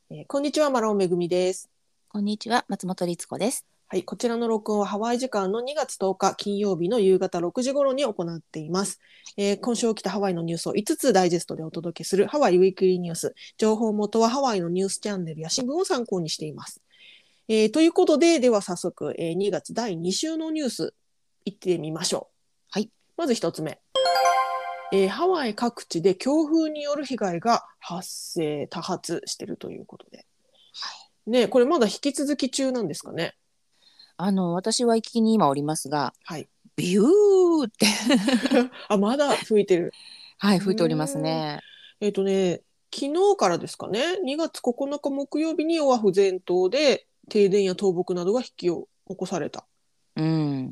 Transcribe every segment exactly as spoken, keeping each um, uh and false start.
えーこんにちは、マロンめぐみです。 こんにちは、松本律子です。 はい、こちらの録音はハワイ時間のにがつとおか金曜日の夕方ろくじ頃に行っています。えー今週起きたハワイのニュースをいつつダイジェストでお届けするハワイウィークリーニュース。情報元はハワイのニュースチャンネルや新聞を参考にしています。えーということで、では早速、えーにがつだいに週のニュース行ってみましょう。 はい。 まずひとつめ。えーハワイ各地で強風による被害が発生、多発しているということで。ね、これまだ引き続き中なんですかね。 あの、私は行き来に今おりますが、 はい。 ビューってあ、まだ吹いてる。 はい、 う吹いておりますーん。 ね。 えっとね、昨日からですかね、にがつここのか木曜日にオアフ全島で停電や倒木などが引き起こされたっうん。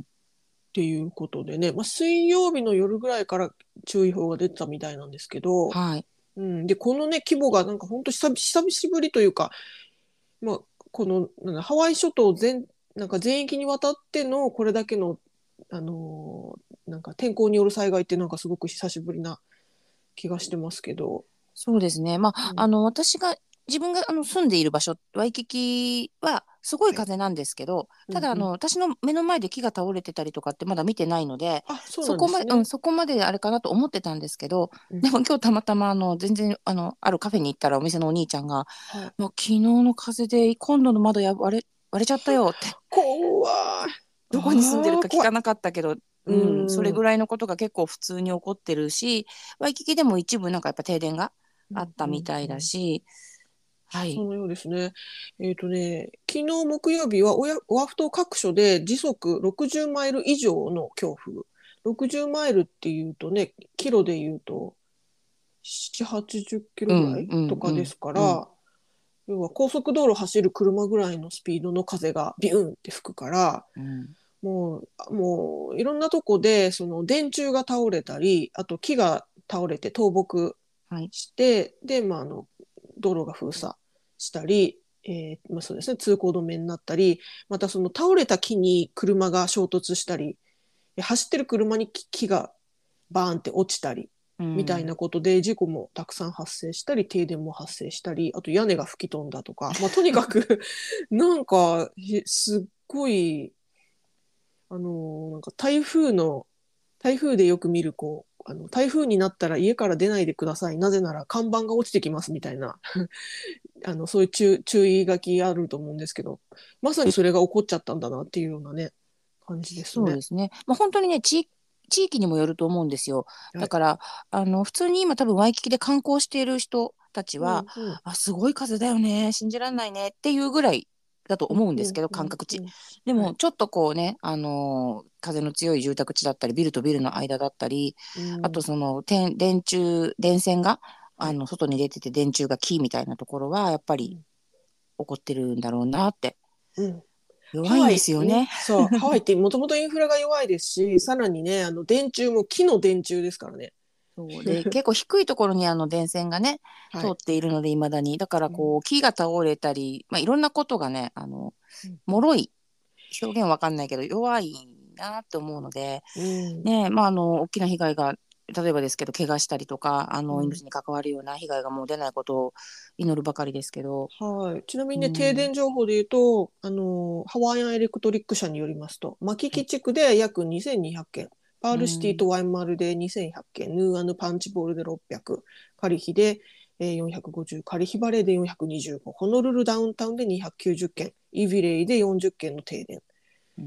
ていうことでね、まあ、水曜日の夜ぐらいから注意報が出てたみたいなんですけど、 はい。 うん、で、このね、規模がなんか本当久々久しぶりというか、まあ、このなんだハワイ諸島全、なんか全域にわたってのこれだけの、あのーなんか天候による災害ってなんかすごく久しぶりな気がしてますけど。 そうですね。まあ、あうん、 の、私が、自分があの住んでいる場所、ワイキキはすごいはい。 風なんですけど、ただ、あの、 うんうん。 私の目の前で木が倒れてたりとかってまだ見てないので、 あ、そうなんでそこまで、うん、 すね。 そこまであれかなと思ってたんですけど、 うん。 でも今日たまたま、あの、全然、あの、あるカフェに行ったらお店のお兄ちゃんが、 はい。 もう昨日の風で今度の窓や割れ、割れちゃったよって、 怖い。 どこに住んでるああ、怖い。 か聞かなかったけど、 ううん、それん。うんぐらいのことが結構普通に起こってるし、ワイキキでも一部なんかやっぱ停電があったうんみたいだうん。 し、はい。 そのようですね。えっとね、昨日木曜日はオヤオアフ島各所で時速ろくじゅうマイル以上の強風。ろくじゅうマイルっていうとね、キロで言うとなな、はちじゅっキロぐらうん、 いうん、うん、 とかですかうん。 ら、要は高速道路走る車ぐらいのスピードの風がビューンって吹くから、 うん、 もう、もういろんなとこでその電柱が倒れたり、あと木が倒れて倒木はい。 して、で、まあ、あの道路が封鎖したり、えーまあ、そうですね、通行止めになったり、またその倒れた木に車が衝突したり、走ってる車に木がバーンって落ちたり、 うん。 みたいなことで事故もたくさん発生したり、停電も発生したり、あと屋根が吹き飛んだとか、まあ、とにかくなんかすっごい、あのなんか台風の台風でよく見るこうあの台風になったら家から出ないでください、なぜなら看板が落ちてきますみたいなあのそういう注注意書きあると思うんですけど、まさにそれが起こっちゃったんだなっていうようなね感じですね。 そうですね。まあ、本当にね、地、地域にもよると思うんですよ。 はい。 だから、あの、普通に今多分ワイキキで観光している人たちは、 うんうんあ、すごい風だよね、信じらんないねっていうぐらいだとうんうん思うんですけど、 うん感覚値。 うん。 でも、 はい。 ちょっとこうね、あのー風の強い住宅地だったり、ビルとビルの間だったり、あとうん。 その、電電柱、電線が、 はい。 あの、外に出てて電柱が木みたいなところは、やっぱりうん起こってるんだろうなって。 うん。ハ弱いんでワイね、 すよね。 そう、ハワイってもともとインフラが弱いですし、さらにね、あの電柱も木の電柱ですからね。 そうで、結構低いところにあの電線がね、通っはい。 ているので、未だに。だからうん。 こう、木が倒れたり、まあ、いろんなことがね、あの、 うんうん脆い、表現わかんないけど、弱いなって思うので、 うん。 ね、まあ、あの、大きな被害が、例えばですけど、怪我したりとか、あの、 うん。 命に関わるような被害がもう出ないことを祈るばかりですけど、 はい。ちなみにね、停うん、 電情報で言うと、あの、ハワイアンエレクトリック社によりますと、マキはい、 キ地区で約にせんにひゃっけん、パールシティうん、 とワイマルでにせんひゃっけん、ヌーアヌパンチボールでろっぴゃく、カリヒでよんひゃくごじゅう、カリヒバレーでよんひゃくにじゅうご、ホノルルダウンタウンでにひゃくきゅうじゅっけん、イビレイでよんじゅっけんの停電うん、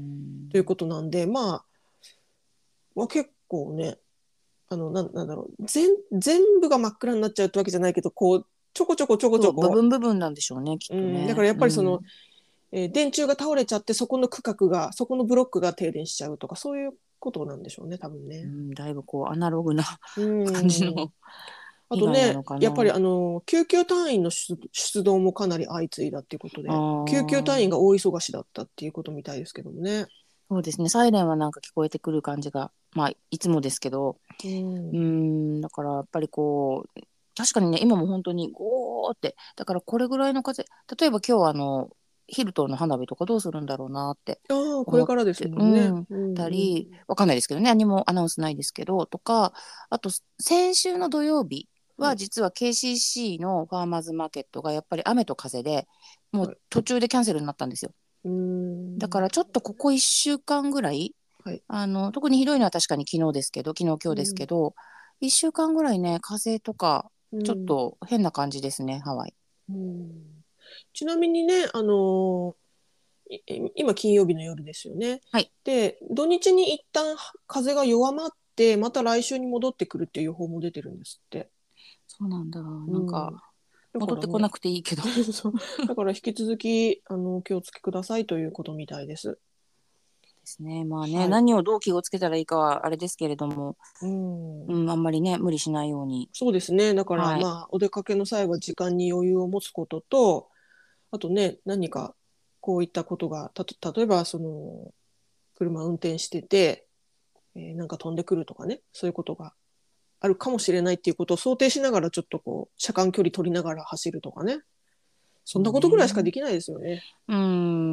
ということなんで、まあ、まあ、結構ね、あの、なん、なんだろう、全、全部が真っ暗になっちゃうってわけじゃないけど、こう、ちょこちょこちょこちそう、部ょこ、 分部分なんでしょうね、きっうん、だかとね。 らやっぱりその、 うん、 えー電柱が倒れちゃって、そこの区画が、そこのブロックが停電しちゃうとか、そういうことなんでしょうね、多分ね。 うん、だいぶこう、アナログなう感じん。 のあ被害なとね、 のかな。 やっぱりあの、救急隊員の出出動もかなり相次いだっていうことあで、救急隊員あ、 が大忙しだったっていうことみたいですけどもね。 そうですね。サイレンはなんか聞こえてくる感じが、まあ、いつもですけど、 うん。 うーん、だからやっぱりこう、確かにね、今も本当にゴーって、だからこれぐらいの風、例えば今日あの、ヒルトンの花火とかどうするんだろうなってああ、これ思っからですて、 もんね。 うん、 うんたり、 うん。 わかんないですけどね、何もアナウンスないですけど、とか、あと、先週の土曜日、 は実は ケーシーシー のファーマーズマーケットがやっぱり雨と風でもう途中でキャンセルになったんですよ。 うーん。 だからちょっとここいっしゅうかんぐらい、 はい。 あの特にひどいのは確かに昨日ですけど昨日今日ですけど、いっしゅうかんぐらいね風とかちょっうん。 と変な感じですねハワイ。 うん。ちなみにね、あのーい今金曜日の夜ですよね。 はい。 で、土日に一旦風が弱まって、また来週に戻ってくるっていう予報も出てるんですって。 そうなんだ。 うなんかん。だからね、 戻ってこなくていいけど。 そう。だから引き続き、あの、お気をつけくださいということみたいです。 ですね。まあね、 はい。 何をどう気をつけたらいいかはあれですけれども、 うん。 うん、あんまりね、無理しないように。 そうですね。だからはい。 まあ、お出かけの際は時間に余裕を持つことと、あとね、何かこういったことが、たと、例えばその、車運転してて、えーなんか飛んでくるとかね、そういうことがあるかもしれないっていうことを想定しながら、ちょっとこう、車間距離取りながら走るとかね。そんなことぐらいしかね。 できないですよね。 うん、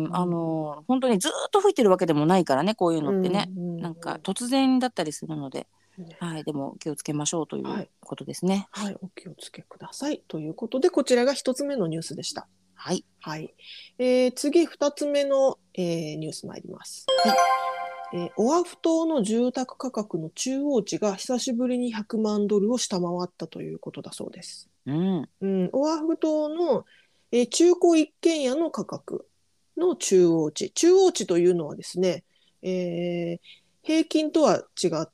あうん。 の、本当にずーっと吹いてるわけでもないからね、こういううん。 のってね。 うんなんか突然だったりするので、 ね。 はい、でも気をつけましょうというはい。 ことですね。 はい。お気をつけください。ということで、こちらが一つ目のニュースでした。 はい。 はい。えー次、二つ目の、えーニュース参ります。 はい。 えーオアフ島の住宅価格の中央値が久しぶりにひゃくまんドルを下回ったということだそうです。 うん。 うん、オアフ島の、えー中古一軒家の価格の中央値。中央値というのはですね、えー平均とは違って、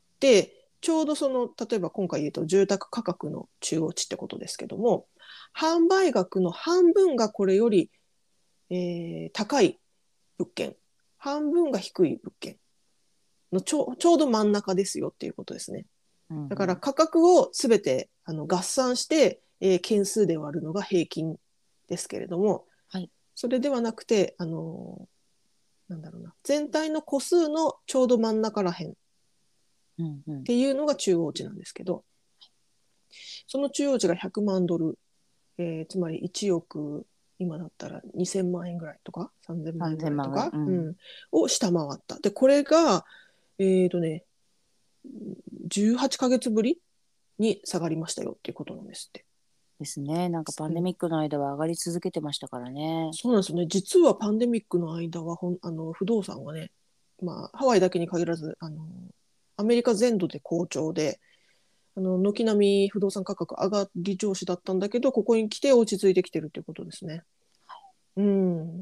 ちょうどその、例えば今回言うと住宅価格の中央値ってことですけども、販売額の半分がこれより、えー高い物件、半分が低い物件のちょちょうど真ん中ですよっていうことですね。 うん、 だから価格をすべてあの合算して、えー件数で割るのが平均ですけれども、 はい。 それではなくて、あのーなんだろうな、全体の個数のちょうど真ん中らへんっうんうん。 ていうのが中央値なんですけど、その中央値がひゃくまんドル、えーつまりいちおく、今だったらにせんまん円ぐらいとか、さんぜんまん円ぐ 3000 らいとか、 万ぐらい。うん。 うん、を下回った。で、これが、えっとね、じゅうはちかげつぶりに下がりましたよっていうことなんですって。 ですね。なんかパンデうん、 ミックの間は上がり続けてましたからね。 そうなんですよね。実はパンデミックの間はほんあの不動産はね、まあ、ハワイだけに限らずあのアメリカ全土で好調で、あの軒並み不動産価格上がり調子だったんだけど、ここに来て落ち着いてきてるっていうことですね。うん。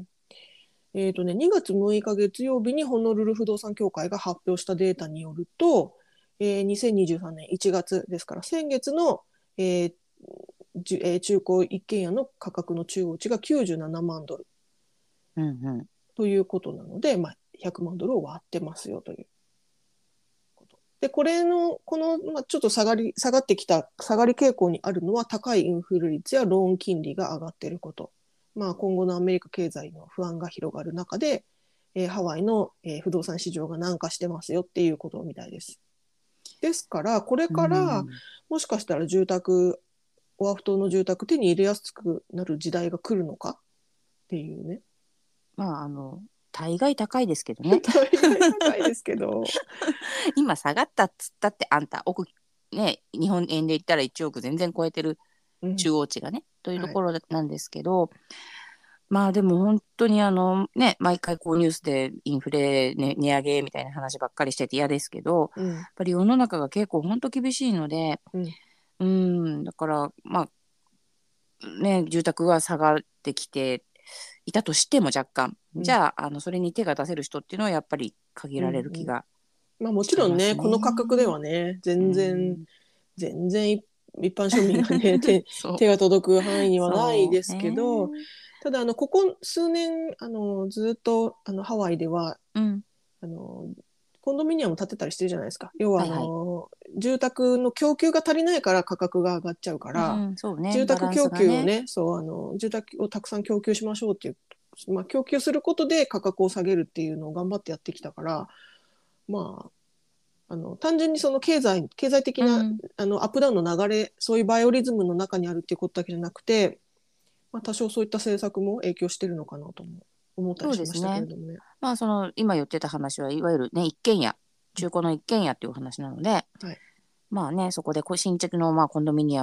えっとね、にがつむいか月曜日にホノルル不動産協会が発表したデータによると、えーにせんにじゅうさんねんいちがつですから、先月の、えーじゅえー中古一軒家の価格の中央値がきゅうじゅうななまんドルうんうん。 ということなので、まあ、ひゃくまんドルを割ってますよということ。で、これの、この、まあ、ちょっと下がり、下がってきた、下がり傾向にあるのは、高いインフレ率やローン金利が上がっていること。まあ、今後のアメリカ経済の不安が広がる中で、えーハワイの、えー不動産市場が軟化してますよっていうことみたいです。ですから、これうからん。 もしかしたら住宅、オアフ島の住宅手に入れやすくなる時代が来るのかっていうね。 まあ、あの、大概高いですけどね。 大概高いですけど。 今下がったっつったってあんた億ね日本円で言ったらいちおく全然超えてるうん。 中央値がねというとはい。 ころなんですけど、まあでも本当にあのね毎回こうニュースでインフレ、ね、値上げみたいな話ばっかりしてて嫌ですけど、 うん。 やっぱり世の中が結構本当厳しいので、 うん。 うんだからまあね住宅は下がってきていたとしても若干うん。 じゃあ、あのそれに手が出せる人っていうのはやっぱり限うん。 られるうん。 気がまあもちろんね、 しますね。 この価格ではね、 う全然、 ん全然一一般庶民がね、手、 そう手が届く範囲にはないですそうね。 けど、ただあの、ここ数年、あの、ずっとあのハワイでは、 うん。 あの、コンドミニアム建てたりしてるじゃないですか。要はあはいはい。 の、住宅の供給が足りないから価格が上がっちゃうかうら、 ん、そうね。バランス住宅供がね。 給をね、そう、あの、住宅をたくさん供給しましょうっていう、まあ、供給することで価格を下げるっていうのを頑張ってやってきたから、まあ、あの単純にその経済経済的なうん。 あのアップダウンの流れ、そういうバイオリズムの中にあるっていうことだけじゃなくて、まあ、多少そういった政策も影響してるのかなとも思ったそうりしましたけれですね。 どもね。 まあ、その、今言ってた話はいわゆるね、一軒家、中古の一軒家っていう話なので、 はい。 まあね、そこでこう新築のまあコンドミニアム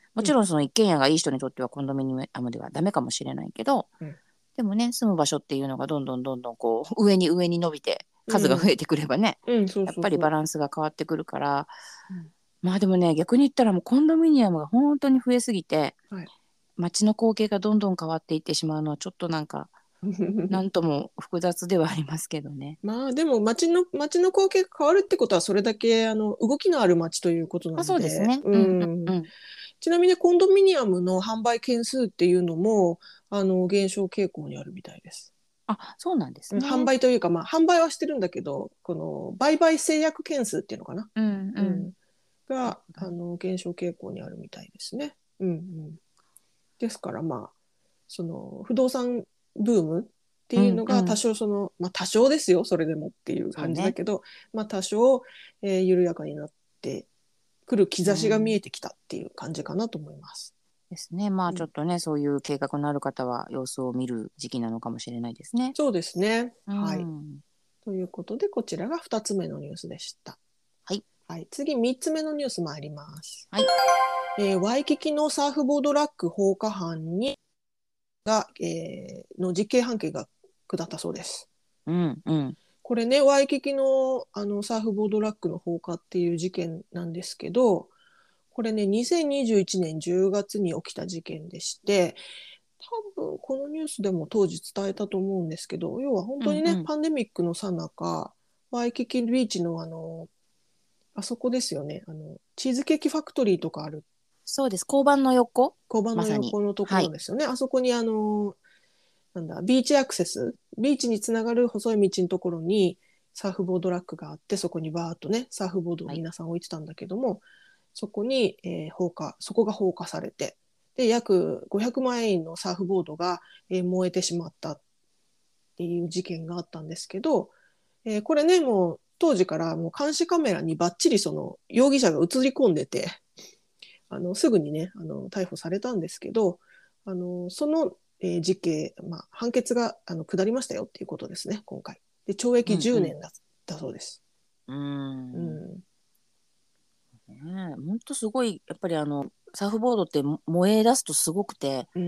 もちろんその一軒家がいい人にとってはコンドミニアムではダメかもしれないけど、 うんでもね、住む場所っていうのがどんどんどんどんこう上に上に伸びて数がうん増えてくればね、 うん、そうやっそうそう。 ぱりバランスが変わってくるから、 うんまあでもね、逆に言ったらもうコンドミニアムが本当に増えすぎて、 はい。 街の光景がどんどん変わっていってしまうのはちょっとなんか、なんとも複雑ではありますけどね。 まあでも街の街の光景が変わるってことはそれだけあの動きのある街ということなまあそうですので、 ね。 ううんうんうん。 ん。 ちなみにコンドミニアムの販売件数っていうのもあの減少傾向にあるみたいです。 あ、そうなんですうん販ね。 売というか、まあ、販売はしてるんだけど、この売買制約件数っていうのかな、 うんうん。 うん、がなるほど。 あの減少傾向にあるみたいですね。うんうん、ですからまあその不動産ブームってういうのが多んうん。 少その、まあ、多少ですよそれでもっていうそうね。 感じだけど、まあ、多少、えー緩やかになってくる兆しが見えうん。 てきたっていう感じかなと思います。 ですね。まあうん、 ちょっとね、そういう計画のある方は様子を見る時期なのかもしれないですね。 そうですね。 うはい。 ん。 ということでこちらがふたつめのニュースでした。 はい。 はい、次みっつめのニュース参ります。 はい。 えーワイキキのサーフボードラック放火犯にが、えーの実刑判決が下ったそうです。 うんうん。 これね、ワイキキのあのサーフボードラックの放火っていう事件なんですけど、これね、にせんにじゅういちねんじゅうがつに起きた事件でして、多分このニュースでも当時伝えたと思うんですけど、要は本当にね、 うんうん。 パンデミックの最中、ワイキキビーチのあの、あそこですよね、あの、チーズケーキファクトリーとかあるそうです。交番の横交番のまさに。 横のとこはい。 ろですよね。あそこにあの、なんだ、ビーチアクセス、ビーチにつながる細い道のところにサーフボードラックがあって、そこにバーっとね、サーフボードをはい。 皆さん置いてたんだけども、そこに、えー放火、そこが放火されて、で、約ごひゃくまん円のサーフボードが、えー燃えてしまったっていう事件があったんですけど、えーこれね、もう当時からもう監視カメラにばっちりその容疑者が映り込んでて、あのすぐにねあの逮捕されたんですけど、あのその、えー、実刑、まあ、判決があの下りましたよっていうことですね今回で懲役10 うんうん。 年だだそうです。 うーん。 うん、 ねえ、ほんとすごい、やっぱりあの、サーフボードっても燃え出すとすごくて、 うん、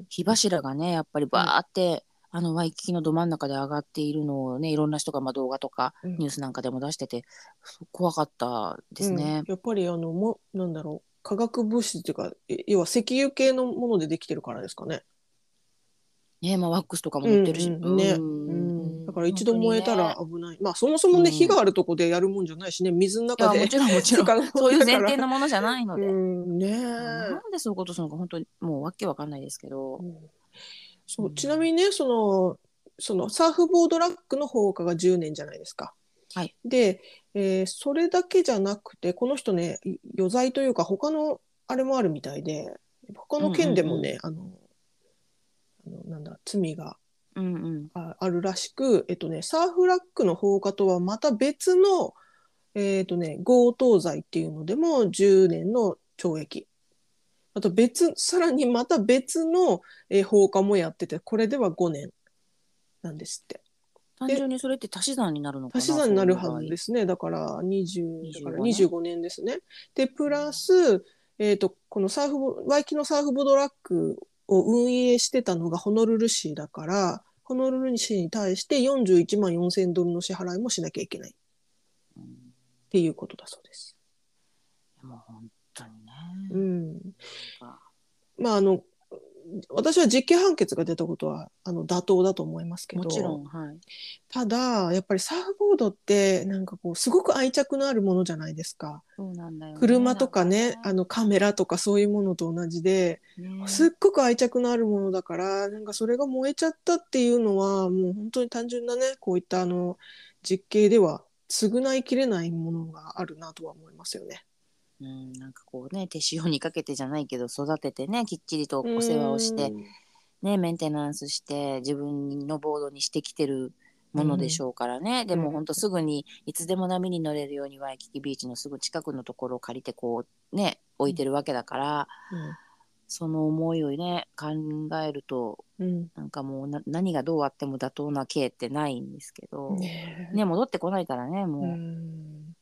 火柱がね、やっぱりはい、 バーって、あの、ワイキキのど真ん中で上がっているのをね、いろんな人がまあ動画とかうんニュースなんかでも出してて、そう怖かったでうん、 すね。 やっぱりあのもなんだろう化学物質っていうかえ要は石油系のものでできてるからですかね。 ねえ、まあワックスとかもうん塗ってるし、ううんね。うーん、うん、だからん、本当に一度燃えたらね。 危ない。まあそもそもね火うん。いがあるとこでやるもんじゃないしね水の中や、もでちろんもちろん、 使うもんそういう前だから。 提のものじゃないのうで。 んねまあ、なえ。 んでそういうことするのか、本当にもうわけわかんないですけど。 うんそう、ちなうん、 みにね、その、そのサーフボードラックの放火がじゅうねんじゃないですか。 はい。 で、えーそれだけじゃなくて、この人ね、余罪というか、他のあれもあるみたいで、他のうんうんうん。 件でもね、あの、あのなんだ、罪がうんうん。 ああるらしく、えっとね、サーフラックの放火とはまた別の、えっとね、強盗罪っていうのでもじゅうねんの懲役。あと別、さらにまた別の、えー放火もやってて、これではごねんなんですって。で、 単純にそれって足し算になるのかな、 足し算になるはそういう場合。 ずですね。だからにじゅう、だ 25 から年。 にじゅうごねんですね。で、プラス、えっと、このサーフボ、ワイキのサーフボードラックを運営してたのがホノルル市だから、ホノルル市に対してよんじゅういちまんよんせんドルの支払いもしなきゃいけないっうん、 ていうことだそうです。 でも本当にうね。 ん。 なんか、 まあ、あの、私は実刑判決が出たことはあの妥当だと思いますけど、 もちろん、はい。 ただ、やっぱりサーフボードってなんかこう、すごく愛着のあるものじゃないですか。 そうなんだよね。 車となんかね。 かね、あのカメラとかそういうものと同じで、すっね。 ごく愛着のあるものだから、なんかそれが燃えちゃったっていうのは、もう本当に単純なね、こういったあの実刑では償いきれないものがあるなとは思いますよね。 うん、なんかこうね、手塩にかけてじゃないけど、育ててね、きっちりとうお世話をして、 ーん。 ね、メンテナンスして、自分のボードにしてきてるものでうん。 しょうからね。でうん。 も本当すぐにいつでも波に乗れるようにワイキキビーチのすぐ近くのところを借りてこうね、置いてるわけだから、 うん。 その思いをね、考えると、 うん。 なんかもうな何がどうあっても妥当な刑ってないんですけど、 ねね、戻ってこないからね、 え。うもん。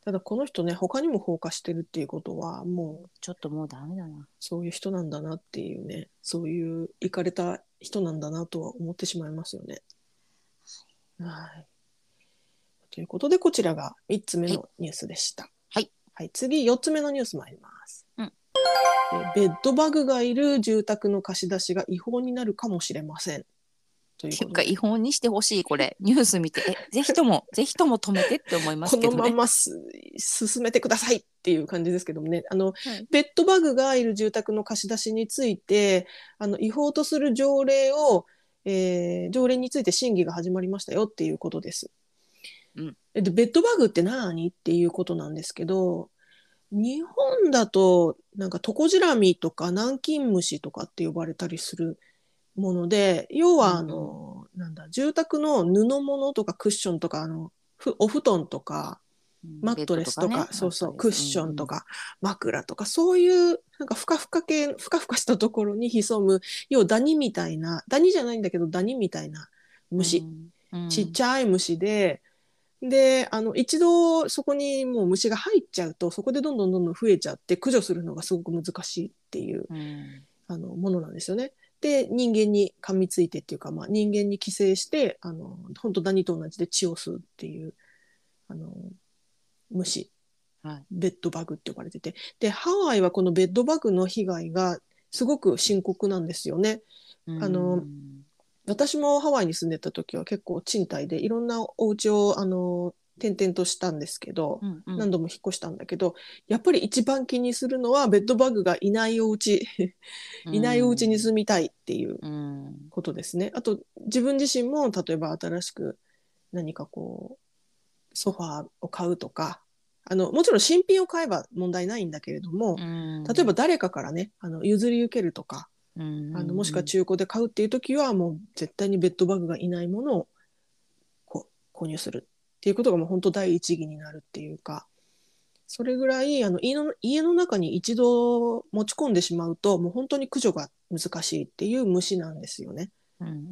ただこの人ね他にも放火してるっていうことはもうちょっともうダメだな。 そういう人なんだなっていうね、そういうイかれた人なんだなとは思ってしまいますよね。はい。ということでこちらがみっつめのニュースでした。 はい。 はい、次よっつめのニュース参ります。 うん、 ベッドバグがいる住宅の貸し出しが違法になるかもしれません。というっていうかことで違法にしてほしい。これニュース見てえぜひともぜひとも止めてって思いますこけどね。 のまます進めてくださいっていう感じですけどもね、あの、 はい、 ベッドバグがいる住宅の貸し出しについてあの違法とする条例を、えー条例について審議が始まりましたよっていうことです。 うん、 でベッドバグって何っていうことなんですけど、日本だとなんかトコジラミとか南京虫とかって呼ばれたりするもので、要はあの、うん、なんだ住宅の布物とかクッションとかあのお布団とかマットレスとか、 とかね、 そうそうクッションとか、うんうん、枕とかそういうなんかふかふか系ふかふかしたところに潜む、要はダニみたいな、ダニじゃないんだけどダニみたいな虫、うんうん、ちっちゃい虫で、であの一度そこにもう虫が入っちゃうとそこでどんどんどんどん増えちゃって駆除するのがすごく難しいっていう、うん、あのものなんですよね。で人間に噛みついてっていうか、まあ、人間に寄生してあの本当ダニと同じで血を吸うっていうあの虫、はい、ベッドバグって呼ばれてて、でハワイはこのベッドバグの被害がすごく深刻なんですよね。あの私もハワイに住んでた時は結構賃貸でいろんなお家をあの転々としたんですけど、うんうん、何度も引っ越したんだけど、やっぱり一番気にするのはベッドバグがいないお家いないお家に住みたいっていうことですね。あと自分自身も例えば新しく何かこうソファーを買うとか、あのもちろん新品を買えば問題ないんだけれども、例えば誰かからねあの譲り受けるとか、あのもしくは中古で買うっていう時はもう絶対にベッドバグがいないものをこう購入するっていうことがもう本当第一義になるっていうか、それぐらいあの家の、家の中に一度持ち込んでしまうともう本当に駆除が難しいっていう虫なんですよね。うんうんうん、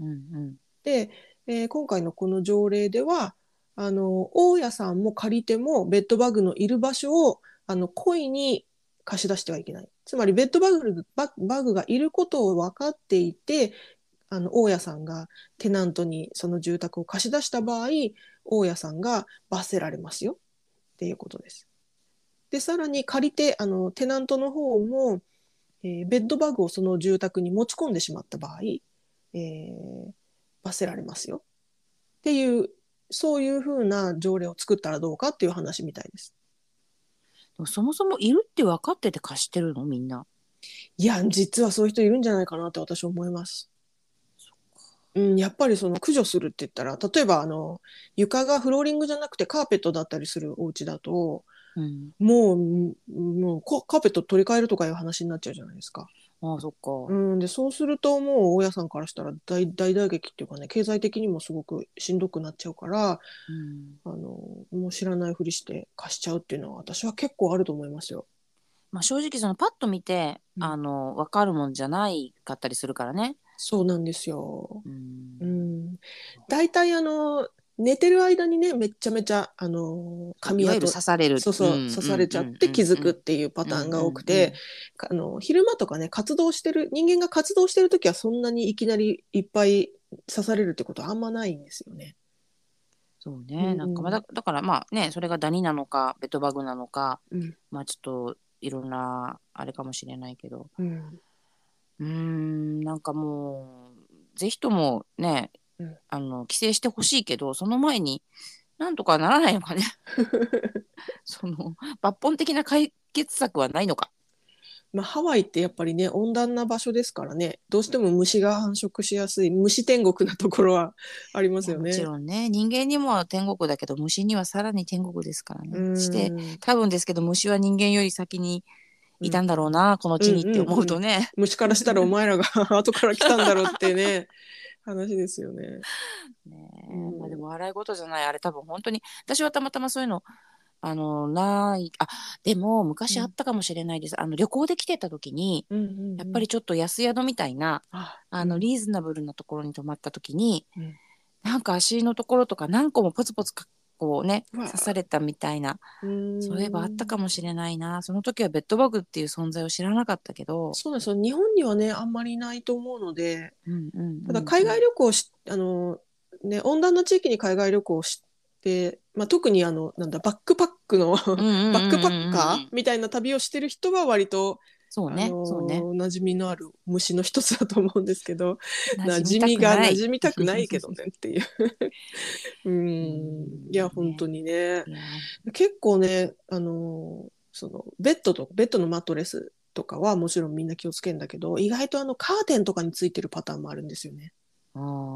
で、えー、今回のこの条例ではあの大家さんも借りてもベッドバグのいる場所をあの故意に貸し出してはいけない。つまりベッドバグ、ババグがいることを分かっていて、あの大家さんがテナントにその住宅を貸し出した場合、大家さんが罰せられますよっていうことです。でさらに借りてあのテナントの方も、えー、ベッドバグをその住宅に持ち込んでしまった場合、えー、罰せられますよっていう、そういうふうな条例を作ったらどうかっていう話みたいです。 でもそもそもいるって分かってて貸してるのみんな。 いや実はそういう人いるんじゃないかなって私は思います。うん、やっぱりその駆除するって言ったら、例えばあの床がフローリングじゃなくてカーペットだったりするお家だと、うん、もうもうカーペット取り替えるとかいう話になっちゃうじゃないですか。 ああそっか。 うん、でそうするともう大家さんからしたら 大, 大打撃っていうかね、経済的にもすごくしんどくなっちゃうから、うん、あのもう知らないふりして貸しちゃうっていうのは私は結構あると思いますよ。 まあ、正直そのパッと見て、うん、あの分かるもんじゃないかったりするからね。 そうなんですよ。うん、うん、だいたいあの寝てる間にねめっちゃめちゃあの髪跡刺される、 そうそう、うん、刺されちゃって気づくっていうパターンが多くて、あの昼間とかね活動してる人間が活動してる時はそんなにいきなりいっぱい刺されるってことはあんまないんですよね。 そうね、うん、なんかまだだからまあねそれがダニなのかベッドバグなのか、うん、まあちょっといろんなあれかもしれないけど、うん、うーんなんかもうぜひともね、うん、あの規制してほしいけどその前になんとかならないのかねその抜本的な解決策はないのか。 まあ、ハワイってやっぱりね温暖な場所ですからね、どうしても虫が繁殖しやすい虫天国なところはありますよね。 もちろんね人間にも天国だけど虫にはさらに天国ですからね。して多分ですけど虫は人間より先にいたんだろうな、うん、この地にって思うとね、うんうんうん、 虫からしたらお前らが後から来たんだろうってね話ですよね。 ねえ、うん、まあでも笑い事じゃない、あれ多分本当に私はたまたまそういうのあのないあでも昔あったかもしれないです、うん、あの旅行で来てた時に、うんうんうん、やっぱりちょっと安宿みたいな あ, あの、うん、リーズナブルなところに泊まった時に、うん、なんか足のところとか何個もポツポツここうね刺されたみたいな、そういえばあったかもしれないな。その時はベッドバグっていう存在を知らなかったけど。 そうなんですよ。日本にはねあんまりないと思うので、 うんうんうんうん、 ただ海外旅行しあの、ね、温暖な地域に海外旅行して、まあ、特にあのなんだバックパックのバックパッカーみたいな旅をしてる人は割とそうね、あのー、そうね、 馴染みのある虫の一つだと思うんですけど、馴染みが馴染みたくないけどねっていううんいや本当にね、結構ねあのそのベッドとベッドのマットレスとかはもちろんみんな気をつけるんだけど、意外とあのカーテンとかについてるパターンもあるんですよね。 あ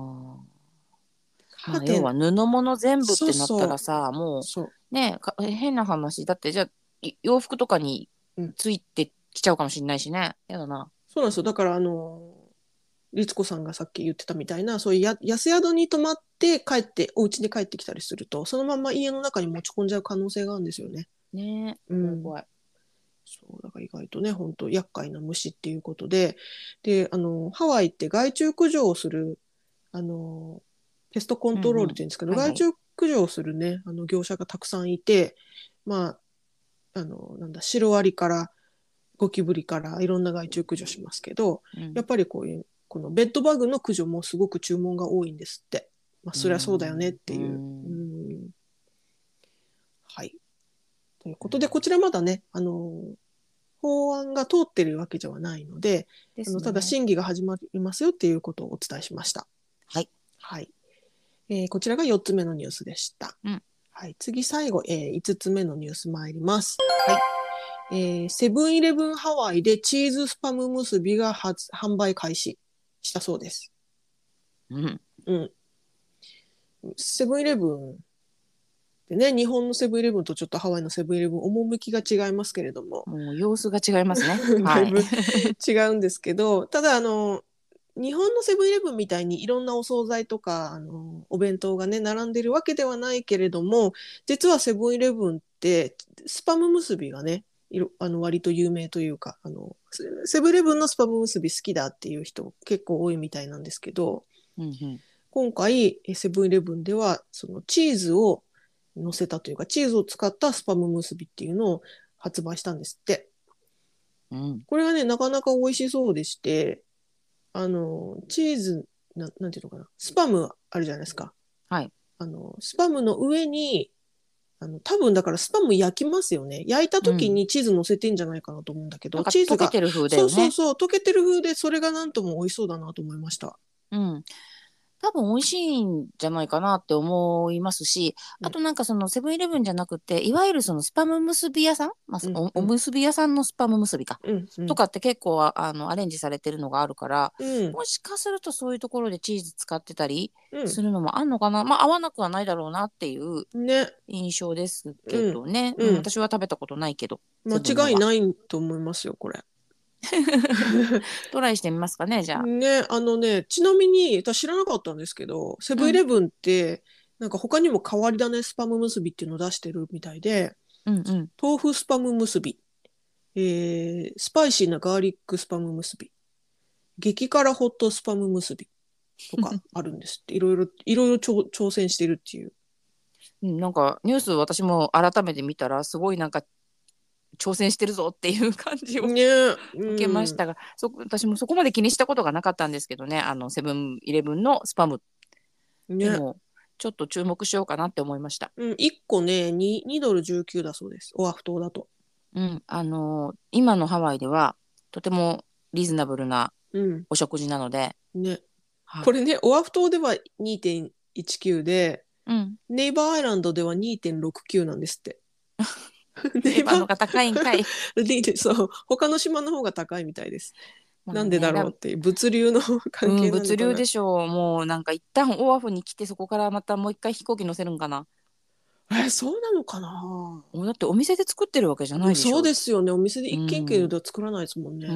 まあ、要は布物全部ってなったらさ、もうそうね変な話だって、じゃあ洋服とかについてきちゃうかもしれないしね、やだな。 そうなんですよ。だからあの律子さんがさっき言ってたみたいな、そういうや安宿に泊まって帰ってお家に帰ってきたりすると、そのまま家の中に持ち込んじゃう可能性があるんですよね。 ねえ、 うん、怖い。そうだから意外とね本当厄介な虫っていうことで、であのハワイって害虫駆除をするあのペストコントロールって言うんですけど、うんうんはいはい、害虫駆除をするねあの業者がたくさんいて、まああのなんだシロアリからゴキブリからいろんな害虫駆除しますけど、うん、やっぱりこういうこのベッドバグの駆除もすごく注文が多いんですって。まあそりゃそうだよねっていう。うんうんはい。ということでこちらまだねあの法案が通ってるわけではないので、ね、あのただ審議が始まりますよっていうことをお伝えしました。 はい。 はい。えー、こちらがよっつめのニュースでした。 うん、 はい。次最後、えー、いつつめのニュース参ります。はい。えー、セブンイレブンハワイでチーズスパム結びが発販売開始したそうです。 うん。 うん。セブンイレブンでね、日本のセブンイレブンとちょっとハワイのセブンイレブン、趣が違いますけれども。 もう様子が違いますね。 だいぶ違うんですけど、ただあの、日本のセブンイレブンみたいにいろんなお惣菜とかあのお弁当がね並んでるわけではないけれども、実はセブンイレブンってスパム結びがねあの割と有名というか、あのセブンイレブンのスパム結び好きだっていう人結構多いみたいなんですけど、 うんうん、 今回セブンイレブンではそのチーズを乗せたというかチーズを使ったスパム結びっていうのを発売したんですって、 うん、 これがねなかなか美味しそうでして、あのチーズ な, なんていうのかなスパムあるじゃないですか、 はい、 あのスパムの上にあの多分だからスパム焼きますよね。焼いた時にチーズ乗せてんじゃないかなと思うんだけど、うん、チーズが溶けてる風だよね。 そうそうそう溶けてる風で、それがなんとも美味しそうだなと思いました。 うん、多分美味しいんじゃないかなって思いますし、あとなんかそのセブンイレブンじゃなくていわゆるそのスパム結び屋さん、まあ、うんうん、お, おむすび屋さんのスパム結びか、うんうん、とかって結構あのアレンジされてるのがあるから、うん、もしかするとそういうところでチーズ使ってたりするのもあんのかな、うん、まあ合わなくはないだろうなっていう印象ですけどね、うんうん、私は食べたことないけど間違いないと思いますよこれ。 トライしてみますかねじゃあ。 ね、あのね、ちなみに私知らなかったんですけど、セブンイレブンって、うん、なんか他にも変わり種スパム結びっていうのを出してるみたいで、 うんうん、 豆腐スパム結び、えー、スパイシーなガーリックスパム結び、激辛ホットスパム結びとかあるんですって。いろいろいろいろ挑戦してるっていう。 うん、なんかニュース私も改めて見たらすごいなんか挑戦してるぞっていう感じを、ね、受けましたが、うん、そ私もそこまで気にしたことがなかったんですけどね、あのセブンイレブンのスパム、ね、でもちょっと注目しようかなって思いました。 うん、いっこね 2, にドルじゅうきゅうだそうです、オアフ島だと。 うん、あのー、今のハワイではとてもリーズナブルなお食事なので、 うんねはい、これねオアフ島では にてんいちきゅう で、うん、ネイバーアイランドでは にてんろくきゅう なんですってネイバーの方が高いんかいそう他の島の方が高いみたいです、まあね、なんでだろうっていう物流の関係なのかな、うん、 物流でしょう。もうなんか一旦オアフに来てそこからまたもう一回飛行機乗せるんかな。 えそうなのかな。 だってお店で作ってるわけじゃないでしょ。 そうですよね、お店で一軒一軒では作らないですもんね、うん、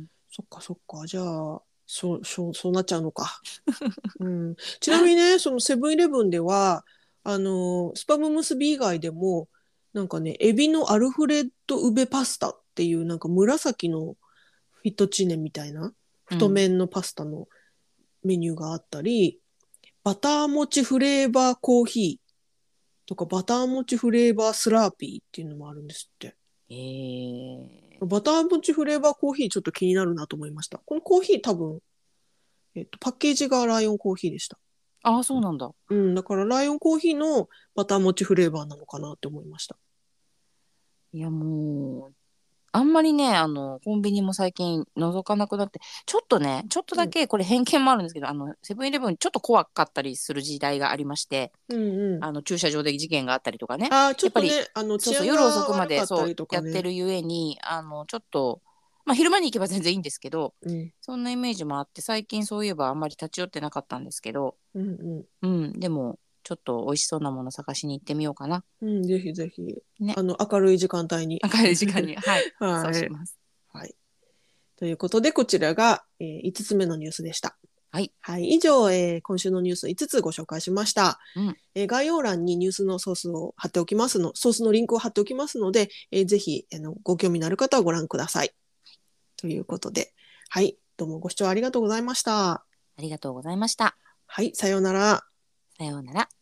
そっかそっか、じゃあそうそうそうなっちゃうのか、うん、ちなみにねそのセブンイレブンではあのスパム結び以外でもなんかねエビのアルフレッドウベパスタっていうなんか紫のフィットチーネみたいな太麺のパスタのメニューがあったり、うん、バターもちフレーバーコーヒーとかバターもちフレーバースラーピーっていうのもあるんですって。 えー、 バターもちフレーバーコーヒーちょっと気になるなと思いました。このコーヒー多分、えっと、パッケージがライオンコーヒーでした。 ああ、そうなんだ。 うん、だからライオンコーヒーのバターもちフレーバーなのかなって思いました。 いやもう、あんまりね、あの、コンビニも最近覗かなくなって、ちょっとね、ちょっとだけ、これ偏見もあるんですけど、うん、あの、セブンイレブンちょっと怖かったりする時代がありまして、 うんうん、 あの、駐車場で事件があったりとかね。 あ、ちょっとね、 やっぱり、 あの、 そうそう、 治安が夜遅くま悪かったでそうりとかね。 やってるゆえに、あの、ちょっと、まあ、昼間に行けば全然いいんですけど、 うん、 そんなイメージもあって、最近そういえばあんまり立ち寄ってなかったんですけど、 うんううん。 ん、でも、ちょっと美味しそうなもの探しに行ってみようかな。 うん、ぜひぜひ、 ね。 あの、明るい時間帯に。 明るい時間に、はい、そうはい。 します。 はい。ということで、こちらが、えー、いつつめのニュースでした。 はい。 はい。以上、えー、今週のニュースいつつご紹介しました。 うん、 えー、概要欄にニュースのソースを貼っておきますの、ソースのリンクを貼っておきますので、えー、ぜひ、あの、ご興味のある方はご覧ください。ということで、はい。どうもご視聴ありがとうございました。 ありがとうございました。 はい。さようなら。 さようなら。